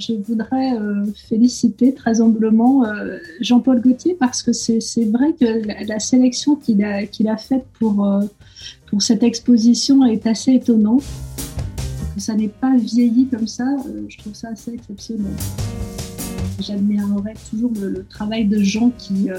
je voudrais féliciter très humblement Jean-Paul Gaultier parce que c'est vrai que la sélection qu'il a faite pour cette exposition est assez étonnante. Que ça n'est pas vieilli comme ça, je trouve ça assez exceptionnel. J'admirerais toujours le travail de gens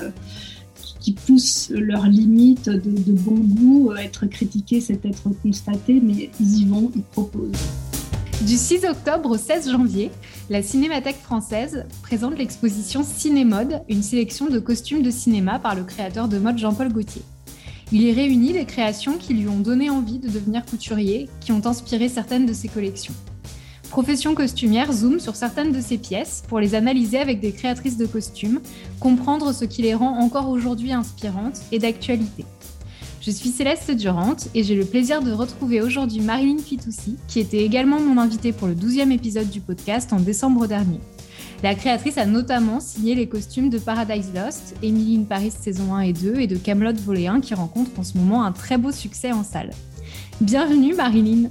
qui poussent leurs limites de bon goût. Être critiqué, c'est être constaté, mais ils y vont, ils proposent. Du 6 octobre au 16 janvier, la Cinémathèque française présente l'exposition Cinémode, une sélection de costumes de cinéma par le créateur de mode Jean-Paul Gaultier. Il y réunit des créations qui lui ont donné envie de devenir couturier, qui ont inspiré certaines de ses collections. Profession costumière zoome sur certaines de ses pièces pour les analyser avec des créatrices de costumes, comprendre ce qui les rend encore aujourd'hui inspirantes et d'actualité. Je suis Céleste Durand et j'ai le plaisir de retrouver aujourd'hui Marilyn Fitoussi, qui était également mon invitée pour le 12e épisode du podcast en décembre dernier. La créatrice a notamment signé les costumes de Paradise Lost, Emily in Paris saison 1 et 2 et de Kaamelott volet 1 qui rencontre en ce moment un très beau succès en salle. Bienvenue Marilyn.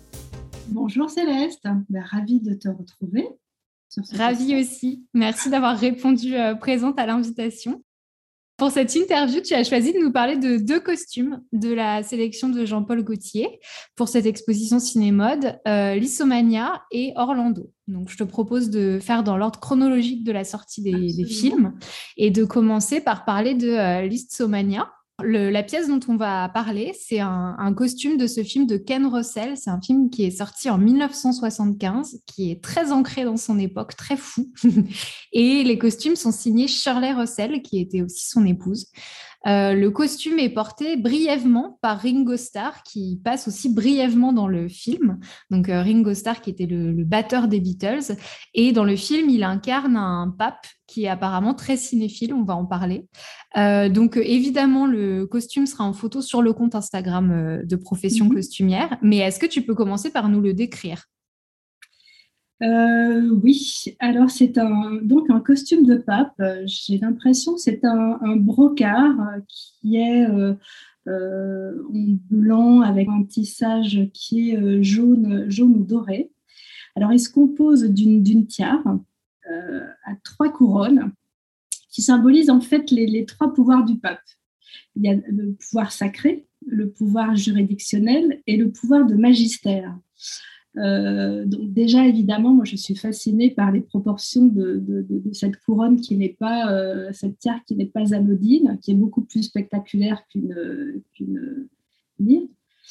Bonjour Céleste, ravie de te retrouver. Ravie aussi, merci d'avoir répondu présente à l'invitation. Pour cette interview, tu as choisi de nous parler de 2 costumes de la sélection de Jean-Paul Gaultier pour cette exposition Cinémode, Lissomania et Orlando. Donc, je te propose de faire dans l'ordre chronologique de la sortie des films et de commencer par parler de Lissomania. La pièce dont on va parler, c'est un costume de ce film de Ken Russell. C'est un film qui est sorti en 1975, qui est très ancré dans son époque, très fou. Et les costumes sont signés Shirley Russell, qui était aussi son épouse. Le costume est porté brièvement par Ringo Starr, qui passe aussi brièvement dans le film. Donc Ringo Starr, qui était le batteur des Beatles. Et dans le film, il incarne un pape qui est apparemment très cinéphile, on va en parler. Donc évidemment, le costume sera en photo sur le compte Instagram de Profession Costumière. Mais est-ce que tu peux commencer par nous le décrire ? Oui, alors c'est donc un costume de pape. J'ai l'impression que c'est un brocart qui est en blanc avec un tissage qui est jaune ou doré. Alors il se compose d'une tiare à 3 couronnes qui symbolisent en fait les 3 pouvoirs du pape. Il y a le pouvoir sacré, le pouvoir juridictionnel et le pouvoir de magistère. Donc déjà, évidemment, moi, je suis fascinée par les proportions de cette couronne qui n'est pas, cette tiare qui n'est pas anodine, qui est beaucoup plus spectaculaire qu'une lyre.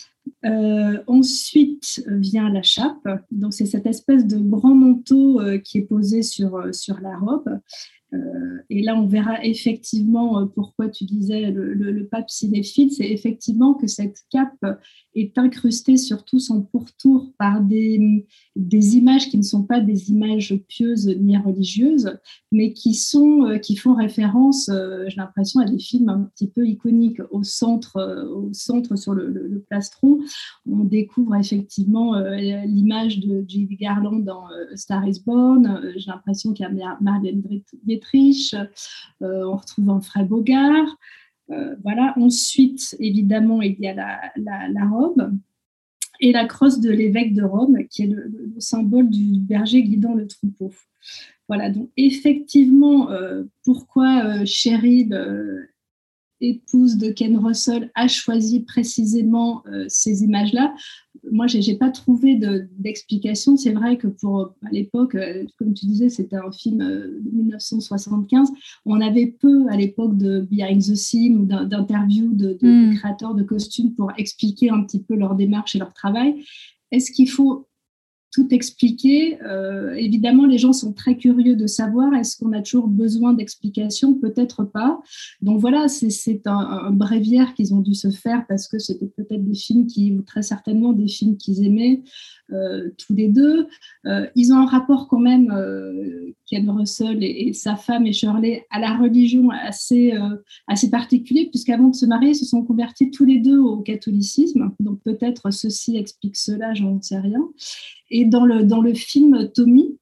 Ensuite vient la chape. Donc c'est cette espèce de grand manteau qui est posé sur la robe. Et là, on verra effectivement pourquoi tu disais le pape cinéphile. C'est effectivement que cette cape est incrustée sur tout son pourtour par des images qui ne sont pas des images pieuses ni religieuses, mais qui font référence, j'ai l'impression, à des films un petit peu iconiques. Au centre sur le plastron, on découvre effectivement l'image de Judy Garland dans Star is Born. J'ai l'impression qu'il y a Marlène Dietrich, on retrouve Humphrey Bogart. Voilà. Ensuite, évidemment, il y a la robe et la crosse de l'évêque de Rome, qui est le symbole du berger guidant le troupeau. Voilà, donc effectivement, pourquoi Cheryl, épouse de Ken Russell, a choisi précisément ces images-là. Moi, je n'ai pas trouvé d'explication. C'est vrai que à l'époque, comme tu disais, c'était un film de 1975. On avait peu, à l'époque, de behind the scene ou d'interviews de créateurs de costumes pour expliquer un petit peu leur démarche et leur travail. Est-ce qu'il faut tout expliquer? Évidemment, les gens sont très curieux de savoir, est-ce qu'on a toujours besoin d'explications? Peut-être pas. Donc voilà, c'est un bréviaire qu'ils ont dû se faire parce que c'était peut-être des films ou très certainement des films qu'ils aimaient tous les deux. Ils ont un rapport quand même, Ken Russell et sa femme et Shirley, à la religion assez particulier, puisqu'avant de se marier, ils se sont convertis tous les deux au catholicisme. Donc peut-être ceci explique cela, j'en sais rien. Et dans le film Tommy,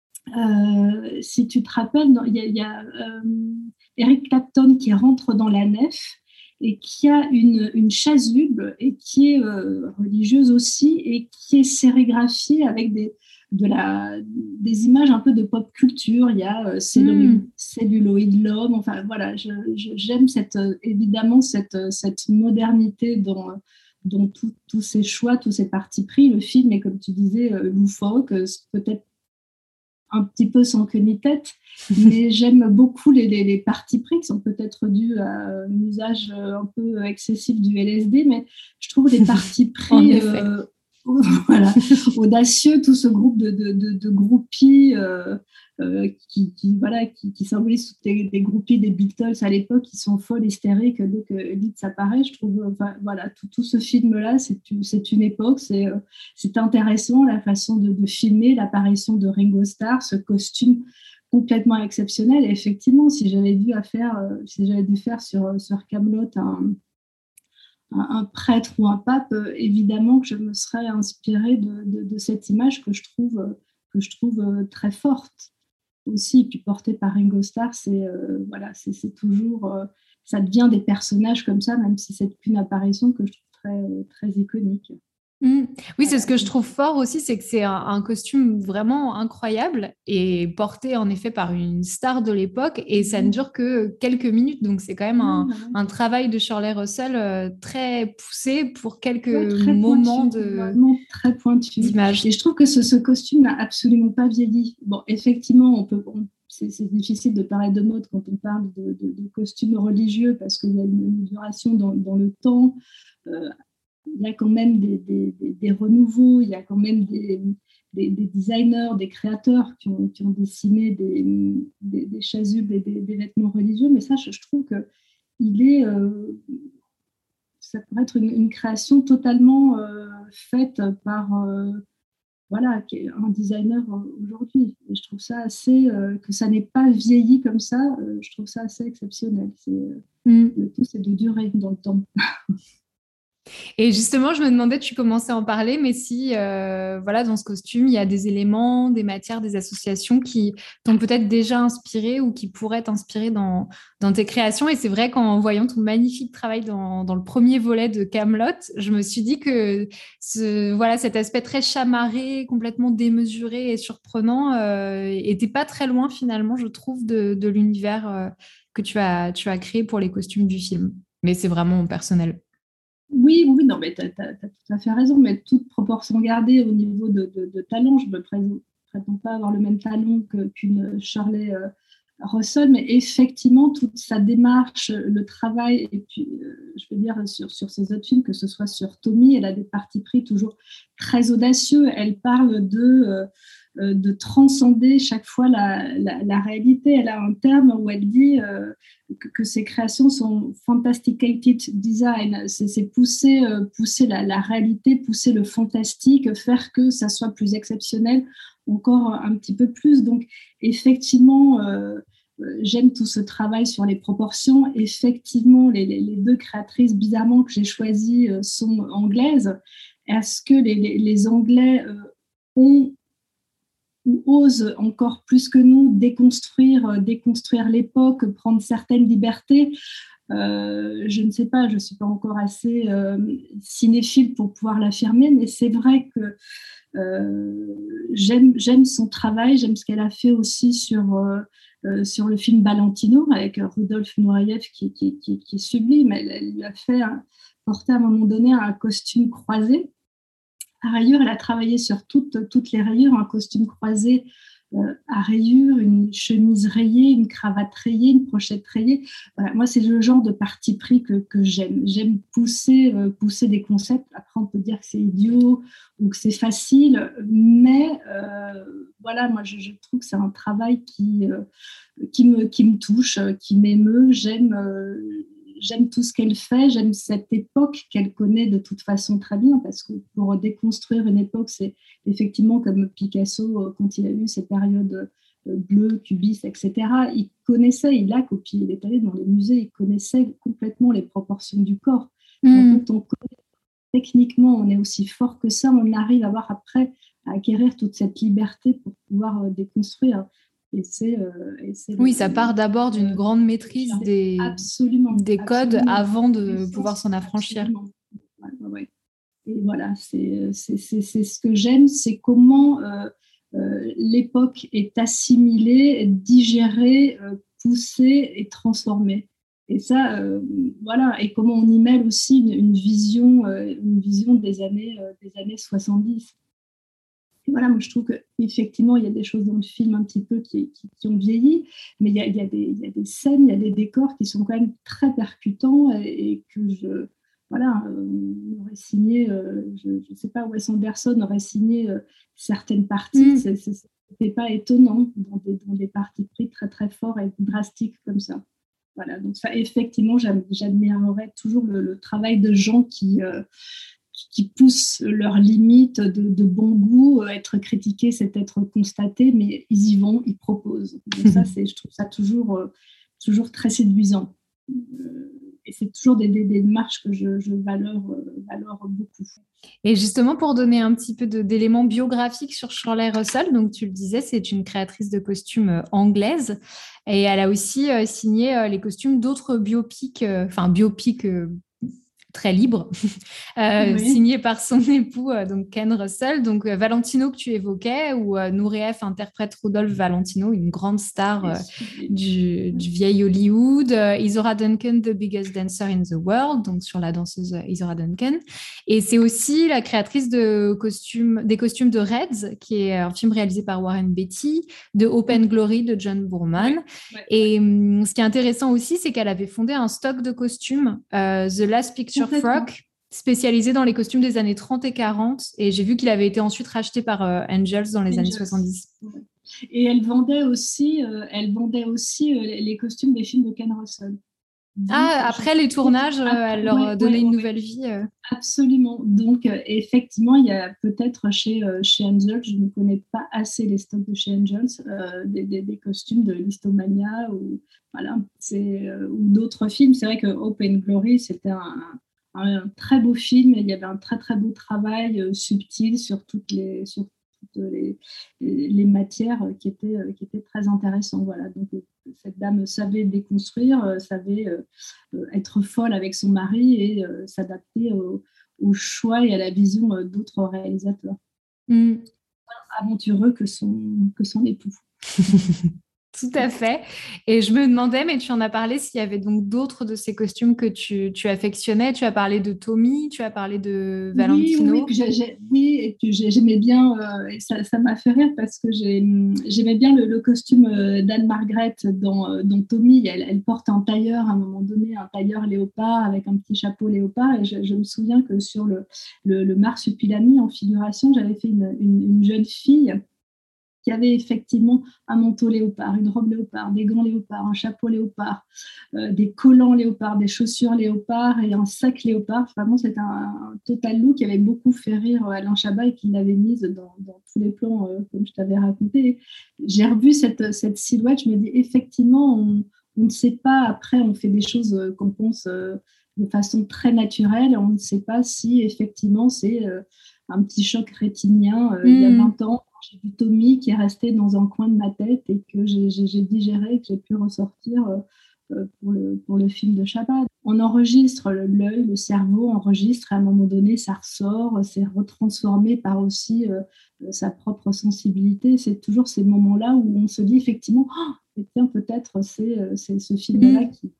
si tu te rappelles, il y a Eric Clapton qui rentre dans la nef et qui a une chasuble et qui est religieuse aussi et qui est sérigraphiée avec des images un peu de pop culture. Il y a celluloïd l'homme. Enfin, voilà, j'aime évidemment cette modernité dont tous ces choix, tous ces partis pris. Le film est, comme tu disais, loufoque, peut-être un petit peu sans queue ni tête, mais j'aime beaucoup les partis pris qui sont peut-être dus à un usage un peu excessif du LSD, mais je trouve les partis pris voilà, audacieux, tout ce groupe de groupies qui symbolisent des groupies des Beatles à l'époque, qui sont folles, hystériques dès que Leeds apparaît. Je trouve, voilà, tout ce film-là, c'est une époque, c'est intéressant la façon de filmer, l'apparition de Ringo Starr, ce costume complètement exceptionnel. Et effectivement, si j'avais dû faire sur Kaamelott un prêtre ou un pape, évidemment que je me serais inspirée de cette image que je trouve très forte aussi. Puis portée par Ringo Starr, c'est toujours, ça devient des personnages comme ça, même si c'est qu'une apparition que je trouve très iconique. Oui, c'est ce que je trouve fort aussi, c'est que c'est un costume vraiment incroyable et porté en effet par une star de l'époque et ça ne dure que quelques minutes, donc c'est quand même un travail de Shirley Russell très poussé pour quelques moments vraiment très pointu d'image. Et je trouve que ce costume n'a absolument pas vieilli. Bon, effectivement, c'est difficile de parler de mode quand on parle de costumes religieux parce qu'il y a une duration dans le temps. Il y a quand même des renouveaux, il y a quand même des designers, des créateurs qui ont dessiné des chasubles et des vêtements religieux, mais ça, je trouve que ça pourrait être une création totalement faite par un designer aujourd'hui. Et je trouve ça que ça n'ait pas vieilli comme ça, je trouve ça assez exceptionnel. Le tout, c'est de durer dans le temps. Et justement, je me demandais, tu commençais à en parler, mais si, dans ce costume, il y a des éléments, des matières, des associations qui t'ont peut-être déjà inspiré ou qui pourraient t'inspirer dans tes créations. Et c'est vrai qu'en voyant ton magnifique travail dans le premier volet de Kaamelott, je me suis dit que cet aspect très chamarré, complètement démesuré et surprenant, était pas très loin finalement, je trouve, de l'univers que tu as créé pour les costumes du film. Mais c'est vraiment personnel. Oui, non, mais tu as tout à fait raison, mais toute proportion gardée au niveau de talent. Je ne me prétends pas avoir le même talent qu'une Shirley Russell, mais effectivement, toute sa démarche, le travail, et puis je veux dire sur ses autres films, que ce soit sur Tommy, elle a des partis pris toujours très audacieux. Elle parle de transcender chaque fois la réalité. Elle a un terme où elle dit que ses créations sont fantasticated design. C'est pousser la réalité, pousser le fantastique, faire que ça soit plus exceptionnel, encore un petit peu plus. Donc, effectivement, j'aime tout ce travail sur les proportions. Effectivement, les deux créatrices, bizarrement, que j'ai choisies sont anglaises. Est-ce que les Anglais ont ou osent encore plus que nous déconstruire l'époque, prendre certaines libertés? Je ne sais pas, je ne suis pas encore assez cinéphile pour pouvoir l'affirmer, mais c'est vrai que j'aime son travail, j'aime ce qu'elle a fait aussi sur le film Valentino avec Rudolf Nureyev qui est sublime. Elle lui a fait porter à un moment donné un costume croisé. À rayures, elle a travaillé sur toutes les rayures, un costume croisé à rayures, une chemise rayée, une cravate rayée, une pochette rayée. Voilà, moi, c'est le genre de parti pris que j'aime. J'aime pousser des concepts. Après, on peut dire que c'est idiot ou que c'est facile, mais moi, je trouve que c'est un travail qui me touche, qui m'émeut. J'aime tout ce qu'elle fait, j'aime cette époque qu'elle connaît de toute façon très bien, parce que pour déconstruire une époque, c'est effectivement comme Picasso, quand il a eu ses périodes bleues, cubistes, etc., il connaissait, il a copié, il est allé dans les musées, il connaissait complètement les proportions du corps. Donc, quand on connaît techniquement, on est aussi fort que ça, on arrive à acquérir toute cette liberté pour pouvoir déconstruire. Oui, ça part d'abord d'une grande maîtrise des codes avant de pouvoir s'en affranchir. Ouais. Et voilà, c'est ce que j'aime, c'est comment l'époque est assimilée, digérée, poussée et transformée. Et ça, voilà, et comment on y mêle aussi une vision des années 70. Et voilà, moi je trouve qu'effectivement, il y a des choses dans le film un petit peu qui ont vieilli, mais il y a des scènes, il y a des décors qui sont quand même très percutants et que voilà, on aurait signé, je ne sais pas, Wes Anderson aurait signé certaines parties, c'était pas étonnant dans des parties pris très très forts et drastiques comme ça. Voilà, donc ça, effectivement, j'admirerais toujours le travail de gens qui poussent leurs limites de bon goût. Être critiqué, c'est être constaté, mais ils y vont, ils proposent. Donc ça, je trouve ça toujours très séduisant. Et c'est toujours des démarches que je valore beaucoup. Et justement, pour donner un petit peu d'éléments biographiques sur Shirley Russell, donc tu le disais, c'est une créatrice de costumes anglaise et elle a aussi signé les costumes d'autres biopics, biopics très libre, signé par son époux, donc Ken Russell. Donc Valentino que tu évoquais, où Nureyev interprète Rudolph Valentino, une grande star du vieil Hollywood. Isora Duncan, The Biggest Dancer in the World, donc sur la danseuse Isora Duncan. Et c'est aussi la créatrice des costumes de Reds, qui est un film réalisé par Warren Beatty, de Hope and Glory de John Boorman. Et ce qui est intéressant aussi, c'est qu'elle avait fondé un stock de costumes, The Last Picture Frock, spécialisé dans les costumes des années 30 et 40. Et j'ai vu qu'il avait été ensuite racheté par Angels dans les années 70. Et elle vendait aussi les costumes des films de Ken Russell. Donc, après les tournages, elle leur donnait une nouvelle vie. Absolument. Donc, effectivement, il y a peut-être chez Angels, je ne connais pas assez les stocks de chez Angels, des costumes de Listomania ou d'autres films. C'est vrai que Hope and Glory, c'était un très beau film et il y avait un très très beau travail subtil sur toutes les matières qui étaient très intéressantes. Voilà. Donc, cette dame savait déconstruire, savait être folle avec son mari et s'adapter au choix et à la vision d'autres réalisateurs. Aventureux que son époux. Tout à fait. Et je me demandais, mais tu en as parlé, s'il y avait donc d'autres de ces costumes que tu affectionnais. Tu as parlé de Tommy, tu as parlé de Valentino. Oui, et puis j'aimais bien, et ça m'a fait rire parce que j'aimais bien le costume d'Anne-Margret dans Tommy. Elle porte un tailleur à un moment donné, un tailleur léopard avec un petit chapeau léopard. Et je me souviens que sur le marsupilami en figuration, j'avais fait une jeune fille qui avait effectivement un manteau léopard, une robe léopard, des gants léopard, un chapeau léopard, des collants léopard, des chaussures léopard et un sac léopard. Vraiment, c'était un total look qui avait beaucoup fait rire Alain Chabat et qui l'avait mise dans tous les plans, comme je t'avais raconté. J'ai revu cette silhouette, je me dis effectivement, on ne sait pas, après on fait des choses qu'on pense de façon très naturelle, on ne sait pas si effectivement c'est un petit choc rétinien il y a 20 ans. J'ai vu Tommy qui est resté dans un coin de ma tête et que j'ai digéré, que j'ai pu ressortir pour le film de Chabat. On enregistre l'œil, le cerveau enregistre, et à un moment donné, ça ressort, c'est retransformé par aussi sa propre sensibilité. C'est toujours ces moments-là où on se dit effectivement, tiens, peut-être c'est ce film-là qui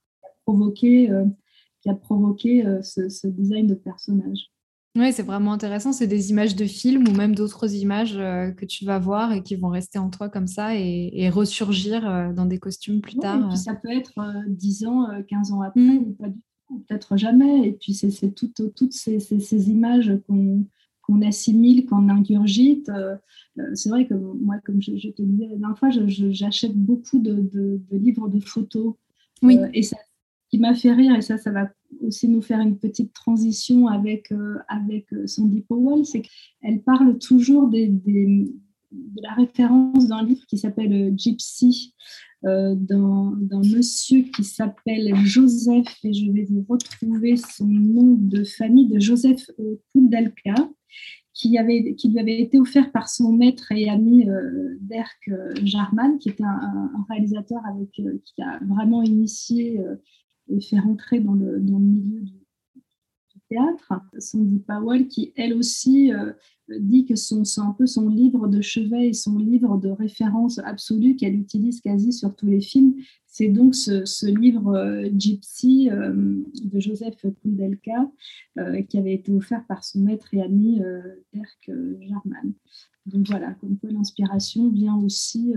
a provoqué ce design de personnage. Oui, c'est vraiment intéressant. C'est des images de films ou même d'autres images que tu vas voir et qui vont rester en toi comme ça et ressurgir dans des costumes plus tard. Et puis ça peut être 10 ans, 15 ans après, ou pas du tout, peut-être jamais. Et puis c'est toutes ces images qu'on assimile, qu'on ingurgite. C'est vrai que moi, comme je te disais la dernière fois, j'achète beaucoup de livres de photos. Oui. Et ça, qui m'a fait rire, et ça va aussi nous faire une petite transition avec Sandy Powell, c'est qu'elle parle toujours de la référence d'un livre qui s'appelle Gypsy, d'un monsieur qui s'appelle Joseph, et je vais vous retrouver son nom de famille, de Joseph Koudelka, qui lui avait été offert par son maître et ami Dirk Jarman, qui était un réalisateur qui a vraiment initié et fait rentrer dans le milieu du théâtre. Sandy Powell, qui elle aussi dit que c'est un peu son livre de chevet et son livre de référence absolue qu'elle utilise quasi sur tous les films. C'est donc ce livre Gypsy de Joseph Koudelka qui avait été offert par son maître et ami Dirk Jarman. Donc voilà, comme quoi l'inspiration vient aussi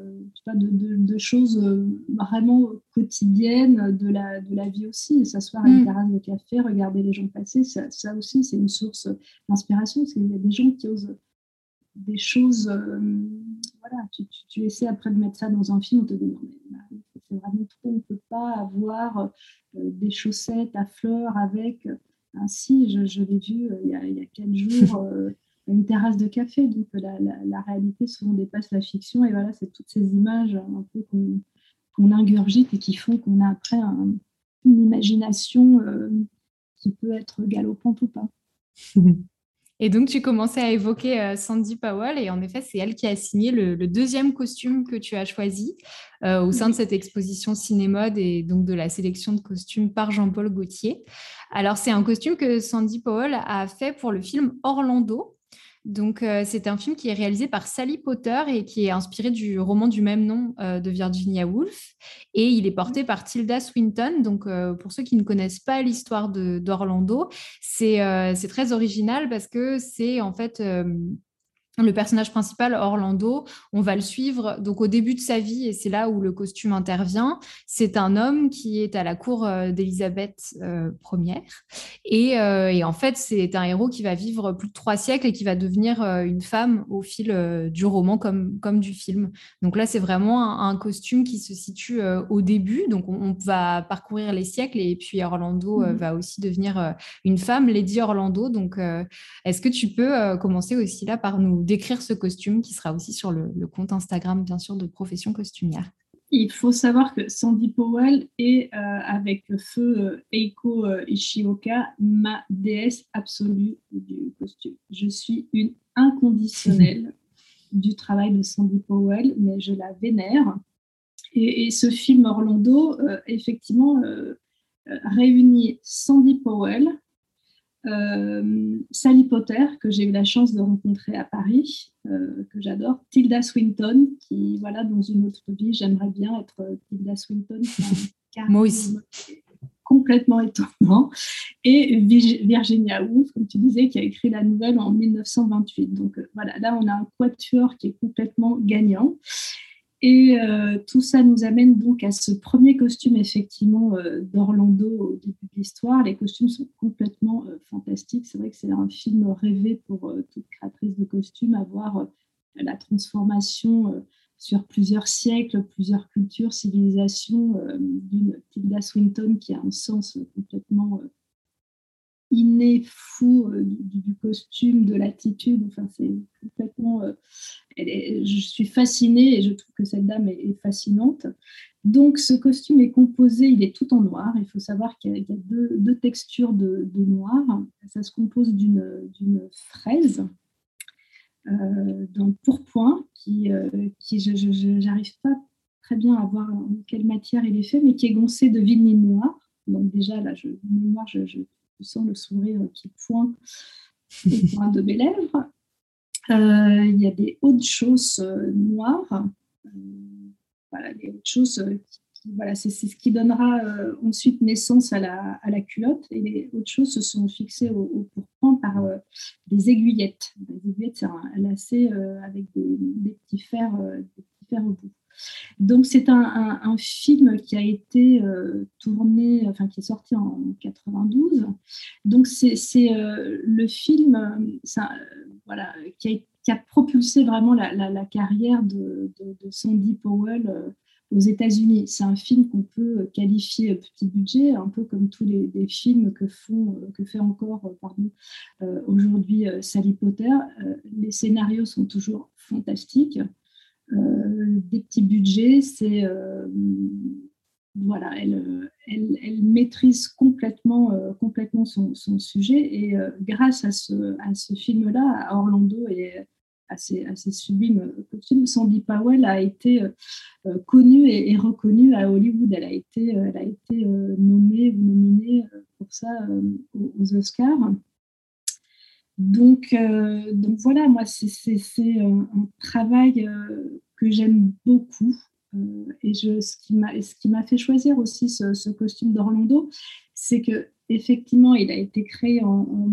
de choses vraiment quotidiennes de la vie aussi. S'asseoir à une terrasse de café, regarder les gens passer, ça aussi c'est une source d'inspiration, parce qu'il y a des gens qui osent des choses. Voilà, tu essaies après de mettre ça dans un film, on te dit non, mais c'est vraiment trop, on ne peut pas avoir des chaussettes à fleurs avec. Si, je l'ai vu il y a 4 jours. Une terrasse de café, donc la réalité souvent dépasse la fiction, et voilà, c'est toutes ces images un peu qu'on ingurgite et qui font qu'on a après une imagination qui peut être galopante ou pas. Et donc, tu commençais à évoquer Sandy Powell, et en effet, c'est elle qui a signé le deuxième costume que tu as choisi au sein de cette exposition Cinémode, et donc de la sélection de costumes par Jean-Paul Gaultier. Alors, c'est un costume que Sandy Powell a fait pour le film Orlando. Donc, c'est un film qui est réalisé par Sally Potter et qui est inspiré du roman du même nom de Virginia Woolf. Et il est porté par Tilda Swinton. Donc, pour ceux qui ne connaissent pas l'histoire d'Orlando, c'est très original parce que c'est en fait le personnage principal, Orlando, on va le suivre donc au début de sa vie, et c'est là où le costume intervient. C'est un homme qui est à la cour d'Élisabeth Ière, et en fait, c'est un héros qui va vivre plus de 3 siècles et qui va devenir une femme au fil du roman comme du film. Donc là, c'est vraiment un costume qui se situe au début. Donc on va parcourir les siècles, et puis Orlando va aussi devenir une femme, Lady Orlando. Donc est-ce que tu peux commencer aussi là par nous décrire ce costume qui sera aussi sur le compte Instagram, bien sûr, de Profession Costumière? Il faut savoir que Sandy Powell est, avec feu Eiko Ishioka, ma déesse absolue du costume. Je suis une inconditionnelle du travail de Sandy Powell, mais je la vénère. Et ce film Orlando, effectivement, réunit Sandy Powell, Sally Potter, que j'ai eu la chance de rencontrer à Paris, que j'adore, Tilda Swinton, qui, voilà, dans une autre vie, j'aimerais bien être Tilda Swinton, qui a un Moi aussi. complètement étonnant, et Virginia Woolf, comme tu disais, qui a écrit la nouvelle en 1928. Donc voilà, là on a un quatuor qui est complètement gagnant. Et tout ça nous amène donc à ce premier costume, effectivement, d'Orlando au début de l'histoire. Les costumes sont complètement fantastiques. C'est vrai que c'est un film rêvé pour toute créatrice de costumes, à voir la transformation sur plusieurs siècles, plusieurs cultures, civilisations, d'une Tilda Swinton qui a un sens complètement inné, fou du costume, de l'attitude. Enfin, c'est complètement... je suis fascinée, et je trouve que cette dame est fascinante. Donc, ce costume est composé, il est tout en noir. Il faut savoir qu'il y a deux textures de noir. Ça se compose d'une fraise d'un pourpoint qui je n'arrive pas très bien à voir en quelle matière il est fait, mais qui est goncé de vinyle noir. Donc déjà, là, je sens le sourire qui pointe au point de mes lèvres. Il y a des hauts de chausses noires. Voilà, des hauts de chausses voilà, c'est ce qui donnera ensuite naissance à la culotte. Et les hauts de chausses sont fixées au pourpoint par des aiguillettes. Les aiguillettes, c'est un lacet avec des petits fers au bout. Donc, c'est un film qui a été tourné, enfin, qui est sorti en 92. Donc, c'est le film voilà, qui a propulsé vraiment la carrière de Sandy Powell aux États-Unis. C'est un film qu'on peut qualifier petit budget, un peu comme tous les films que fait encore aujourd'hui Sally Potter. Les scénarios sont toujours fantastiques. Des petits budgets, voilà, elle maîtrise complètement son sujet, et grâce à ce film-là, à Orlando et à ces sublimes costumes, Sandy Powell a été connue et reconnue à Hollywood. Elle a été nommée ou nominée pour ça aux Oscars. Donc voilà, moi, c'est un travail que j'aime beaucoup. Ce qui m'a fait choisir aussi ce costume d'Orlando, c'est que effectivement, il a été créé en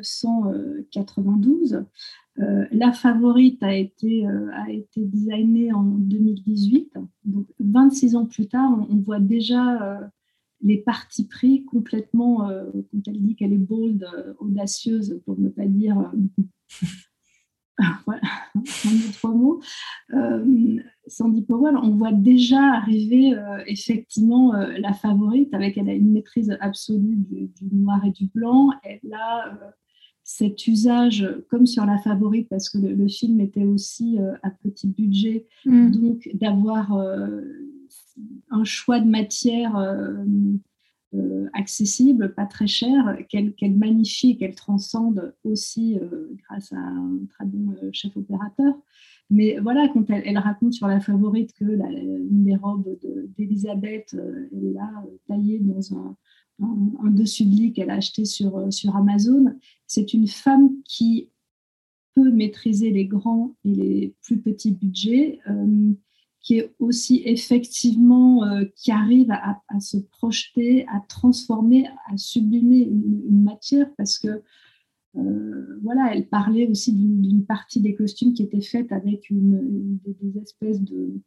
1992. La favorite a été designée en 2018. Donc 26 ans plus tard, on voit déjà les partis pris complètement, quand elle dit qu'elle est bold, audacieuse, pour ne pas dire voilà, trois mots. Sandy Powell, on voit déjà arriver effectivement la favorite, elle a une maîtrise absolue du noir et du blanc. Elle a cet usage, comme sur la favorite, parce que le film était aussi à petit budget, donc d'avoir un choix de matière accessible, pas très cher, qu'elle magnifie, qu'elle transcende aussi grâce à un très bon chef opérateur. Mais voilà, quand elle raconte sur la favorite que une des robes d'Elisabeth, elle l'a taillée dans un dessus de lit qu'elle a acheté sur Amazon, c'est une femme qui peut maîtriser les grands et les plus petits budgets, qui est aussi effectivement, qui arrive à se projeter, à transformer, à sublimer une matière, parce que voilà, elle parlait aussi d'une partie des costumes qui étaient faites avec des espèces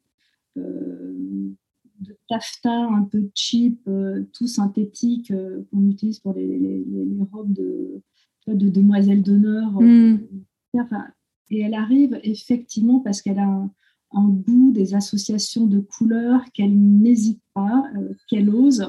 de taffetas un peu cheap, tout synthétique, qu'on utilise pour les robes de demoiselles d'honneur. Enfin, et elle arrive effectivement, parce qu'elle a un goût, des associations de couleurs qu'elle n'hésite pas, qu'elle ose,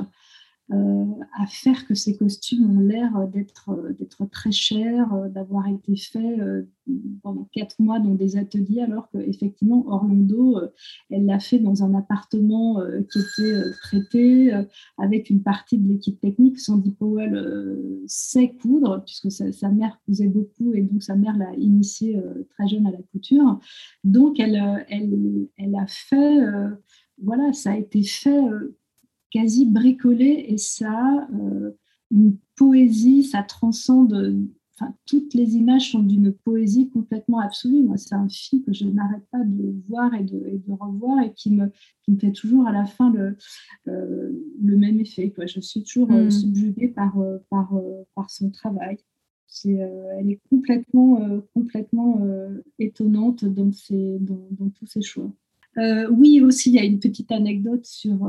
à faire que ces costumes ont l'air d'être très chers, d'avoir été faits pendant 4 mois dans des ateliers, alors qu'effectivement, Orlando, elle l'a fait dans un appartement qui était prêté, avec une partie de l'équipe technique. Sandy Powell sait coudre, puisque sa mère cousait beaucoup, et donc sa mère l'a initiée très jeune à la couture. Donc, elle a fait, voilà, ça a été fait quasi bricolé, et ça, une poésie, ça transcende. Enfin, toutes les images sont d'une poésie complètement absolue. Moi, c'est un film que je n'arrête pas de voir et de revoir, et qui me fait toujours à la fin le même effet, quoi. Je suis toujours subjuguée par son travail. Elle est complètement étonnante dans tous ses choix. Oui, aussi, il y a une petite anecdote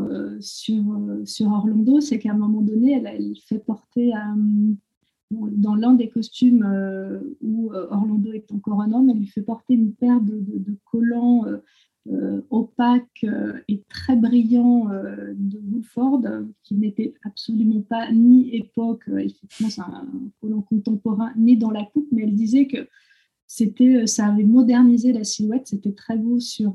sur Orlando, c'est qu'à un moment donné, elle fait porter dans l'un des costumes où Orlando est encore un homme, elle lui fait porter une paire de collants opaques et très brillants de Woolford, qui n'étaient absolument pas ni époque, effectivement c'est un collant contemporain, ni dans la coupe, mais elle disait que ça avait modernisé la silhouette, c'était très beau sur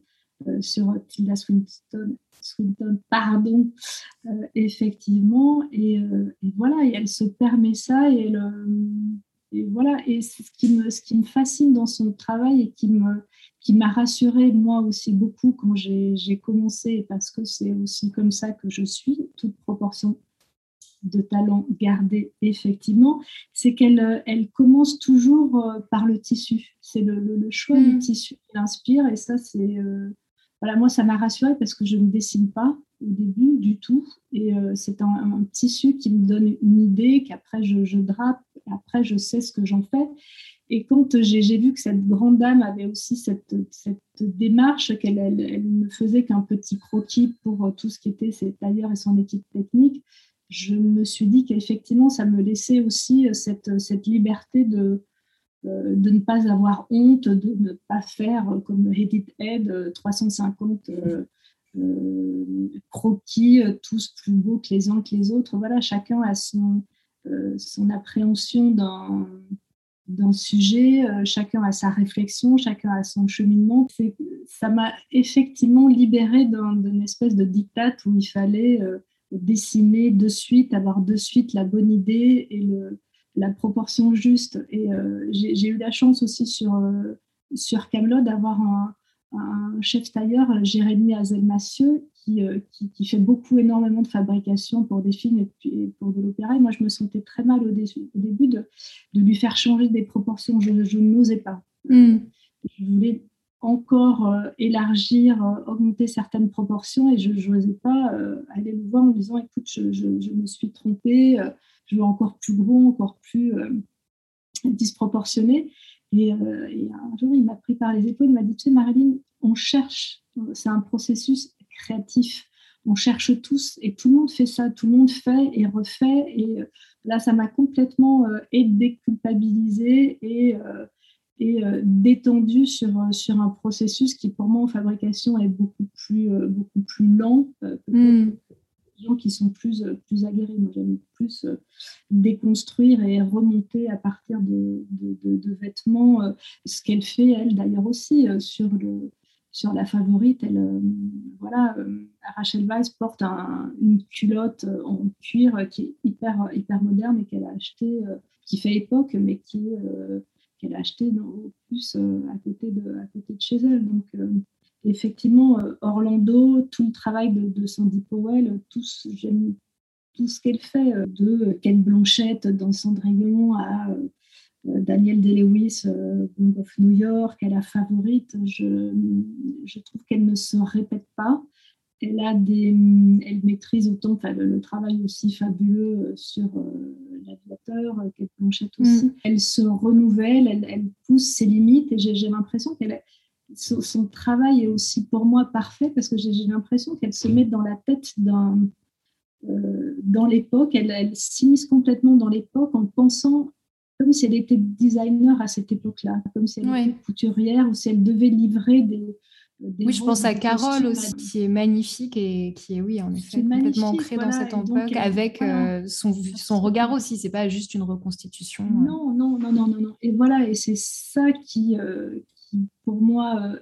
Tilda Swinton, pardon, effectivement, et voilà, et elle se permet ça, et voilà, et c'est ce qui me fascine dans son travail, et qui m'a rassurée, moi aussi, beaucoup quand j'ai commencé, parce que c'est aussi comme ça que je suis, toute proportion de talent gardé, effectivement, c'est qu'elle commence toujours par le tissu. C'est le choix du tissu qui l'inspire, et ça, c'est voilà, moi, ça m'a rassurée, parce que je ne dessine pas au début du tout, et c'est un tissu qui me donne une idée, qu'après je drape, et après je sais ce que j'en fais. Et quand j'ai vu que cette grande dame avait aussi cette démarche, qu'elle ne faisait qu'un petit croquis pour tout ce qui était ses tailleurs et son équipe technique, je me suis dit qu'effectivement, ça me laissait aussi cette liberté de ne pas avoir honte, de ne pas faire comme Edith Head 350 croquis, tous plus beaux que les uns que les autres. Voilà, chacun a son appréhension d'un sujet, chacun a sa réflexion, chacun a son cheminement. Ça m'a effectivement libérée d'une espèce de diktat où il fallait dessiner de suite, avoir de suite la bonne idée et la proportion juste. Et j'ai eu la chance aussi sur Kaamelott d'avoir un chef tailleur, Jérémy Hazelmassieu, qui fait énormément de fabrication pour des films et pour de l'opéra. Et moi, je me sentais très mal au début de lui faire changer des proportions. Je n'osais pas. Je voulais encore élargir, augmenter certaines proportions et je n'osais pas aller le voir en disant écoute, je me suis trompée, je veux encore plus gros, encore plus disproportionné. Et un jour, il m'a pris par les épaules, il m'a dit tu sais, Marilyn, on cherche, c'est un processus créatif. On cherche tous et tout le monde fait ça, tout le monde fait et refait. Et là, ça m'a complètement déculpabilisée et détendue sur un processus qui, pour moi, en fabrication, est beaucoup plus lent. Peut-être des gens qui sont plus aguerris. Moi, j'aime plus déconstruire et remonter à partir de vêtements. Ce qu'elle fait, elle, d'ailleurs aussi, sur La Favorite, Rachel Weisz porte une culotte en cuir qui est hyper moderne et qu'elle a acheté, qui fait époque, mais qu'elle a acheté au plus à côté de chez elle. Donc, effectivement, Orlando, tout le travail de Sandy Powell, j'aime tout ce qu'elle fait, de Kate Blanchett dans Cendrillon à Daniel Day-Lewis, Gang of New York, à La Favorite. Je trouve qu'elle ne se répète pas. Elle maîtrise autant le travail aussi fabuleux sur L'Aviateur, Kate Blanchett aussi. Elle se renouvelle, elle pousse ses limites et j'ai l'impression son travail est aussi pour moi parfait parce que j'ai l'impression qu'elle se met dans la tête dans l'époque, elle s'immisce complètement dans l'époque en pensant comme si elle était designer à cette époque-là, comme si elle était couturière ou si elle devait livrer des oui, je pense à Carole aussi, qui est magnifique et qui est, oui, en effet, complètement ancrée dans cette époque, avec son regard aussi. C'est pas juste une reconstitution. Non. Et voilà, et c'est ça qui pour moi,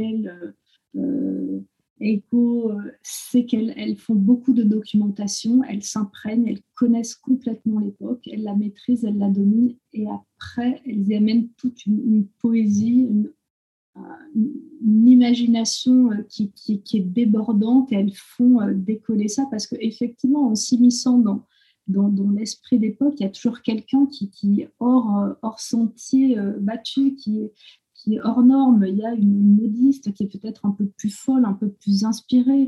Echo, c'est qu'elles font beaucoup de documentation, elles s'imprègnent, elles connaissent complètement l'époque, elles la maîtrisent, elles la dominent, et après, elles y amènent toute une poésie, une imagination qui est débordante, et elles font décoller ça, parce qu'effectivement, en s'immisçant dans l'esprit d'époque, il y a toujours quelqu'un qui est hors sentier battu, qui est hors norme. Il y a une modiste qui est peut-être un peu plus folle, un peu plus inspirée.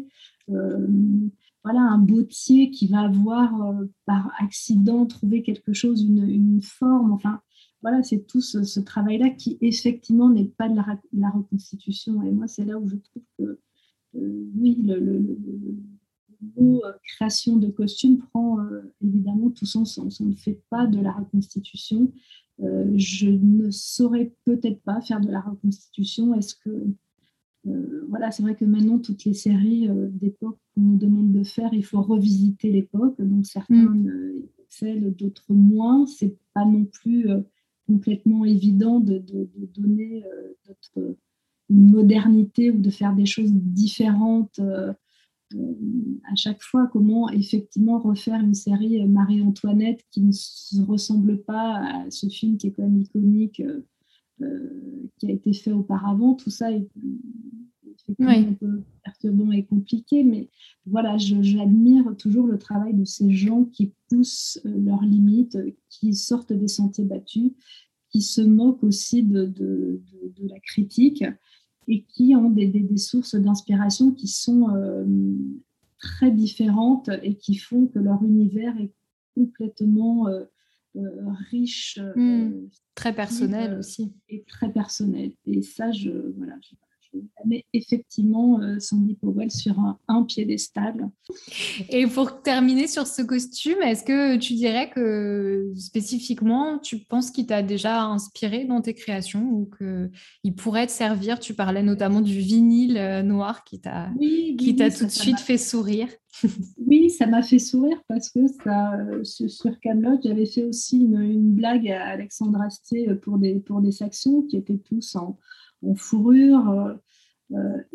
Un bottier qui va avoir par accident trouvé quelque chose, une forme. Enfin, voilà, c'est tout ce travail-là qui effectivement n'est pas de la reconstitution. Et moi, c'est là où je trouve que oui, le mot création de costumes prend évidemment tout son sens. On ne fait pas de la reconstitution. Je ne saurais peut-être pas faire de la reconstitution. Est-ce que c'est vrai que maintenant toutes les séries d'époque qu'on nous demande de faire, il faut revisiter l'époque. Donc certains excellent, d'autres moins. C'est pas non plus complètement évident de donner une modernité ou de faire des choses différentes. À chaque fois, comment effectivement refaire une série Marie-Antoinette qui ne ressemble pas à ce film qui est quand même iconique, qui a été fait auparavant. Tout ça est effectivement un peu perturbant et compliqué, mais voilà, j'admire toujours le travail de ces gens qui poussent leurs limites, qui sortent des sentiers battus, qui se moquent aussi de la critique, et qui ont des sources d'inspiration qui sont très différentes et qui font que leur univers est complètement riche. Très personnel aussi. Et très personnel. Et ça, je mets effectivement Sandy Powell sur un piédestal. Et pour terminer sur ce costume, est-ce que tu dirais que spécifiquement, tu penses qu'il t'a déjà inspiré dans tes créations ou qu'il pourrait te servir? Tu parlais notamment du vinyle noir qui t'a tout de suite fait sourire. Oui, ça m'a fait sourire parce que sur Kaamelott, j'avais fait aussi une blague à Alexandre Astier pour des Saxons qui étaient tous en fourrure.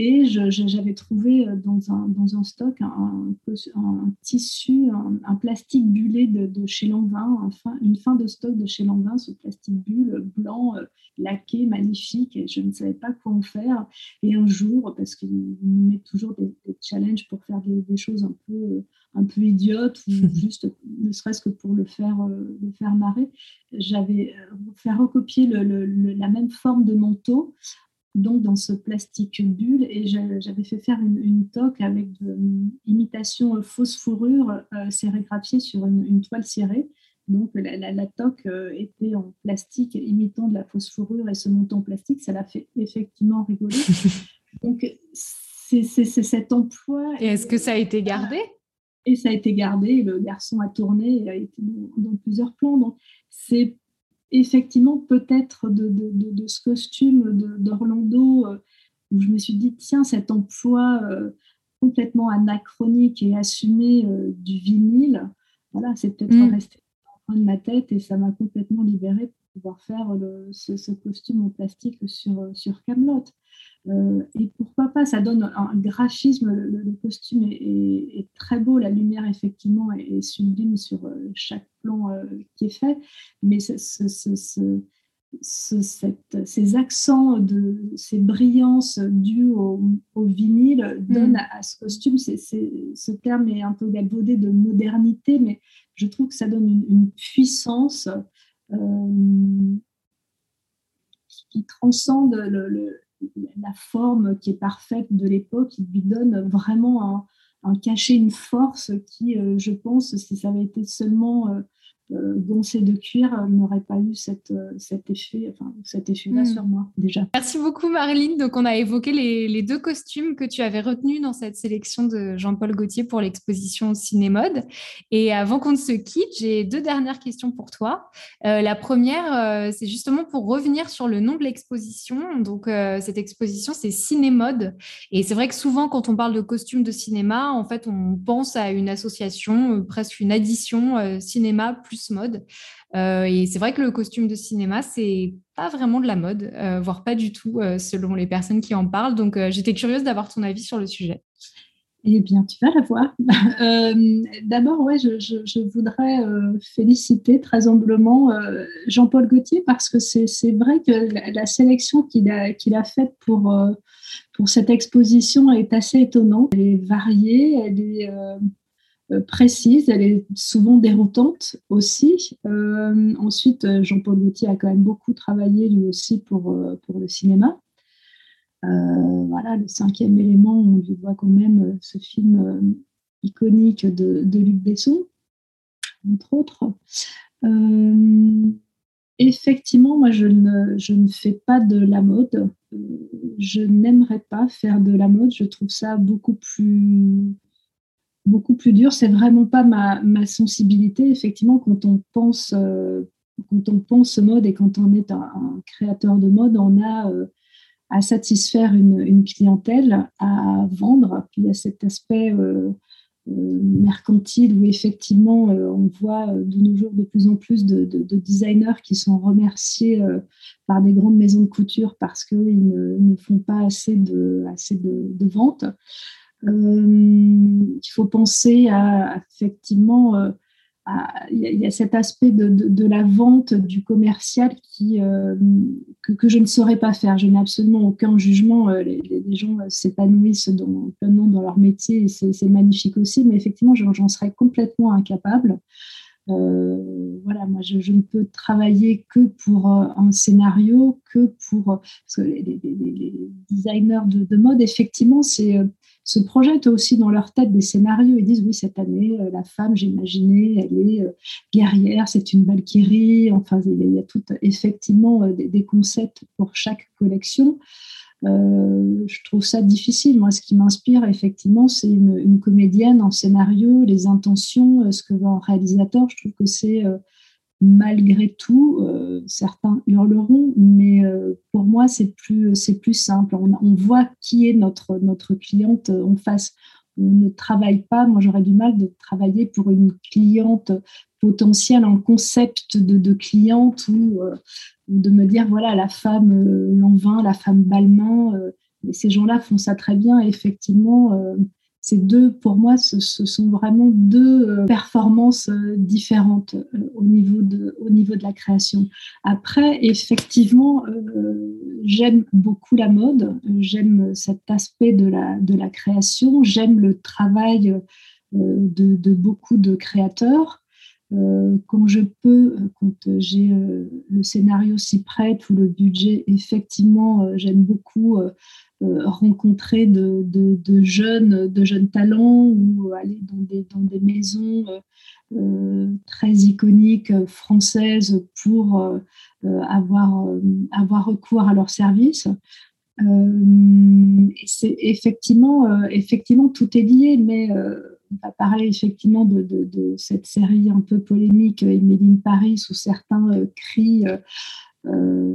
Et j'avais trouvé dans un stock un tissu, un plastique bullé de chez Lanvin, une fin de stock de chez Lanvin, ce plastique bulle blanc, laqué, magnifique, et je ne savais pas quoi en faire. Et un jour, parce qu'il nous met toujours des challenges pour faire des choses un peu idiotes, ou juste ne serait-ce que pour le faire marrer, j'avais fait recopier la même forme de manteau, donc dans ce plastique bulle, et j'avais fait faire une toque avec de imitation fausse fourrure sérigraphiée sur une toile cirée. Donc la toque était en plastique imitant de la fausse fourrure, et ce manteau en plastique, ça l'a fait effectivement rigoler. Donc c'est cet emploi. Et est-ce que ça a été gardé? Et ça a été gardé, le garçon a tourné et a été dans plusieurs plans. Donc c'est effectivement peut-être de ce costume d'Orlando, où je me suis dit, tiens, cet emploi complètement anachronique et assumé du vinyle, voilà, c'est peut-être resté dans le coin de ma tête, et ça m'a complètement libérée pour pouvoir faire ce costume en plastique sur Kaamelott. Et pourquoi pas, ça donne un graphisme, le costume est très beau, la lumière effectivement est sublime sur chaque plan qui est fait, mais ces accents, ces brillances dues au vinyle donnent à ce costume, ce terme est un peu galvaudé de modernité, mais je trouve que ça donne une puissance qui transcende la forme qui est parfaite de l'époque, qui lui donne vraiment un cachet, une force qui, je pense, si ça avait été seulement goncé de cuir, n'aurait pas eu cet effet-là sur moi déjà. Merci beaucoup Marilyn. Donc on a évoqué les deux costumes que tu avais retenus dans cette sélection de Jean-Paul Gaultier pour l'exposition Cinémode. Et avant qu'on ne se quitte, j'ai deux dernières questions pour toi. La première, c'est justement pour revenir sur le nom de l'exposition. Donc cette exposition, c'est Cinémode. Et c'est vrai que souvent, quand on parle de costumes de cinéma, en fait, on pense à une association, presque une addition cinéma plus mode. Et c'est vrai que le costume de cinéma, c'est pas vraiment de la mode, voire pas du tout, selon les personnes qui en parlent. Donc, j'étais curieuse d'avoir ton avis sur le sujet. Eh bien, tu vas la voir. D'abord, ouais, je voudrais féliciter très humblement Jean-Paul Gaultier, parce que c'est vrai que la sélection qu'il a faite pour cette exposition est assez étonnante. Elle est variée, elle est précise, elle est souvent déroutante aussi. Ensuite, Jean-Paul Gaultier a quand même beaucoup travaillé lui aussi pour le cinéma. Voilà, le cinquième élément, on lui voit quand même ce film iconique de Luc Besson, entre autres. Effectivement, moi, je ne fais pas de la mode. Je n'aimerais pas faire de la mode. Je trouve ça beaucoup plus dur. C'est vraiment pas ma sensibilité. Effectivement, quand on pense mode, et quand on est un créateur de mode, on a à satisfaire une clientèle, à vendre. Puis il y a cet aspect mercantile où effectivement on voit de nos jours de plus en plus de designers qui sont remerciés par des grandes maisons de couture parce qu'ils ne font pas assez de ventes. Il faut penser à effectivement il y a cet aspect de la vente, du commercial que je ne saurais pas faire. Je n'ai absolument aucun jugement. Les gens s'épanouissent pleinement dans leur métier, et c'est magnifique aussi, mais effectivement, j'en serais complètement incapable. Voilà, moi, je ne peux travailler que pour un scénario, parce que les designers de mode, effectivement, se projettent aussi dans leur tête des scénarios. Ils disent, oui, cette année, la femme, j'ai imaginé, elle est guerrière, c'est une Valkyrie. Enfin, il y a tout, effectivement, des concepts pour chaque collection. Je trouve ça difficile. Moi, ce qui m'inspire, effectivement, c'est une comédienne en scénario, les intentions, ce que veut un réalisateur. Je trouve que c'est malgré tout, certains hurleront, mais pour moi, c'est plus simple. On voit qui est notre cliente en face. On ne travaille pas, moi j'aurais du mal de travailler pour une cliente potentielle, un concept de cliente, ou de me dire, voilà, la femme Lanvin, la femme Balmain, Et ces gens-là font ça très bien. Et effectivement, pour moi, ce sont vraiment deux performances différentes au niveau de la création. Après, effectivement, j'aime beaucoup la mode, j'aime cet aspect de la création, j'aime le travail de beaucoup de créateurs. Quand je peux, quand j'ai le scénario s'y prête ou le budget, effectivement, j'aime beaucoup rencontrer de jeunes talents ou aller dans des maisons très iconiques françaises pour avoir recours à leurs services. C'est effectivement, tout est lié, mais on va parler effectivement de cette série un peu polémique, Emily in Paris, où certains crient euh,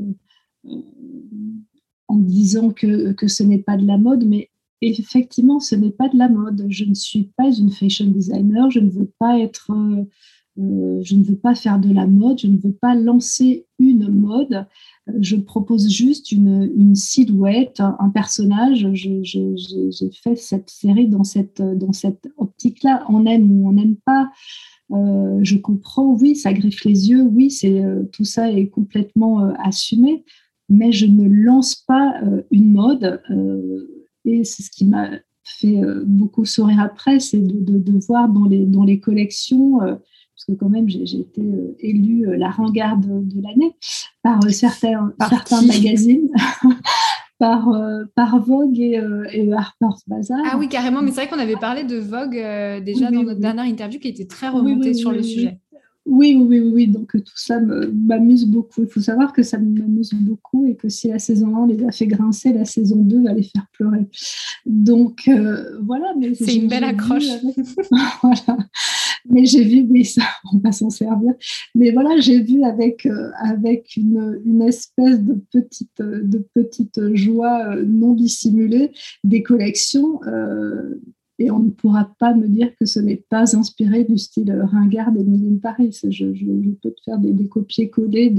en disant que ce n'est pas de la mode, mais effectivement, ce n'est pas de la mode. Je ne suis pas une fashion designer, je ne veux pas je ne veux pas faire de la mode, je ne veux pas lancer une mode. Je propose juste une silhouette, un personnage. J'ai fait cette série dans cette optique-là. On aime ou on n'aime pas. Je comprends, oui, ça griffe les yeux, oui, tout ça est complètement assumé, mais je ne lance pas une mode. Et c'est ce qui m'a fait beaucoup sourire après, c'est de voir dans les collections, parce que quand même j'ai été élue la ringarde de l'année par certains magazines. Par Vogue et Harper's Bazaar. Ah oui, carrément, mais c'est vrai qu'on avait parlé de Vogue déjà dans notre dernière interview qui était très remontée sur le sujet. Oui. Donc tout ça m'amuse beaucoup. Il faut savoir que ça m'amuse beaucoup et que si la saison 1 les a fait grincer, la saison 2 va les faire pleurer. Donc voilà. Mais c'est une belle accroche. Voilà. Mais j'ai vu, oui, ça, on va s'en servir. Mais voilà, j'ai vu avec une espèce de petite joie non dissimulée des collections. Et on ne pourra pas me dire que ce n'est pas inspiré du style ringard d'Emily in Paris. Je peux te faire des copier-coller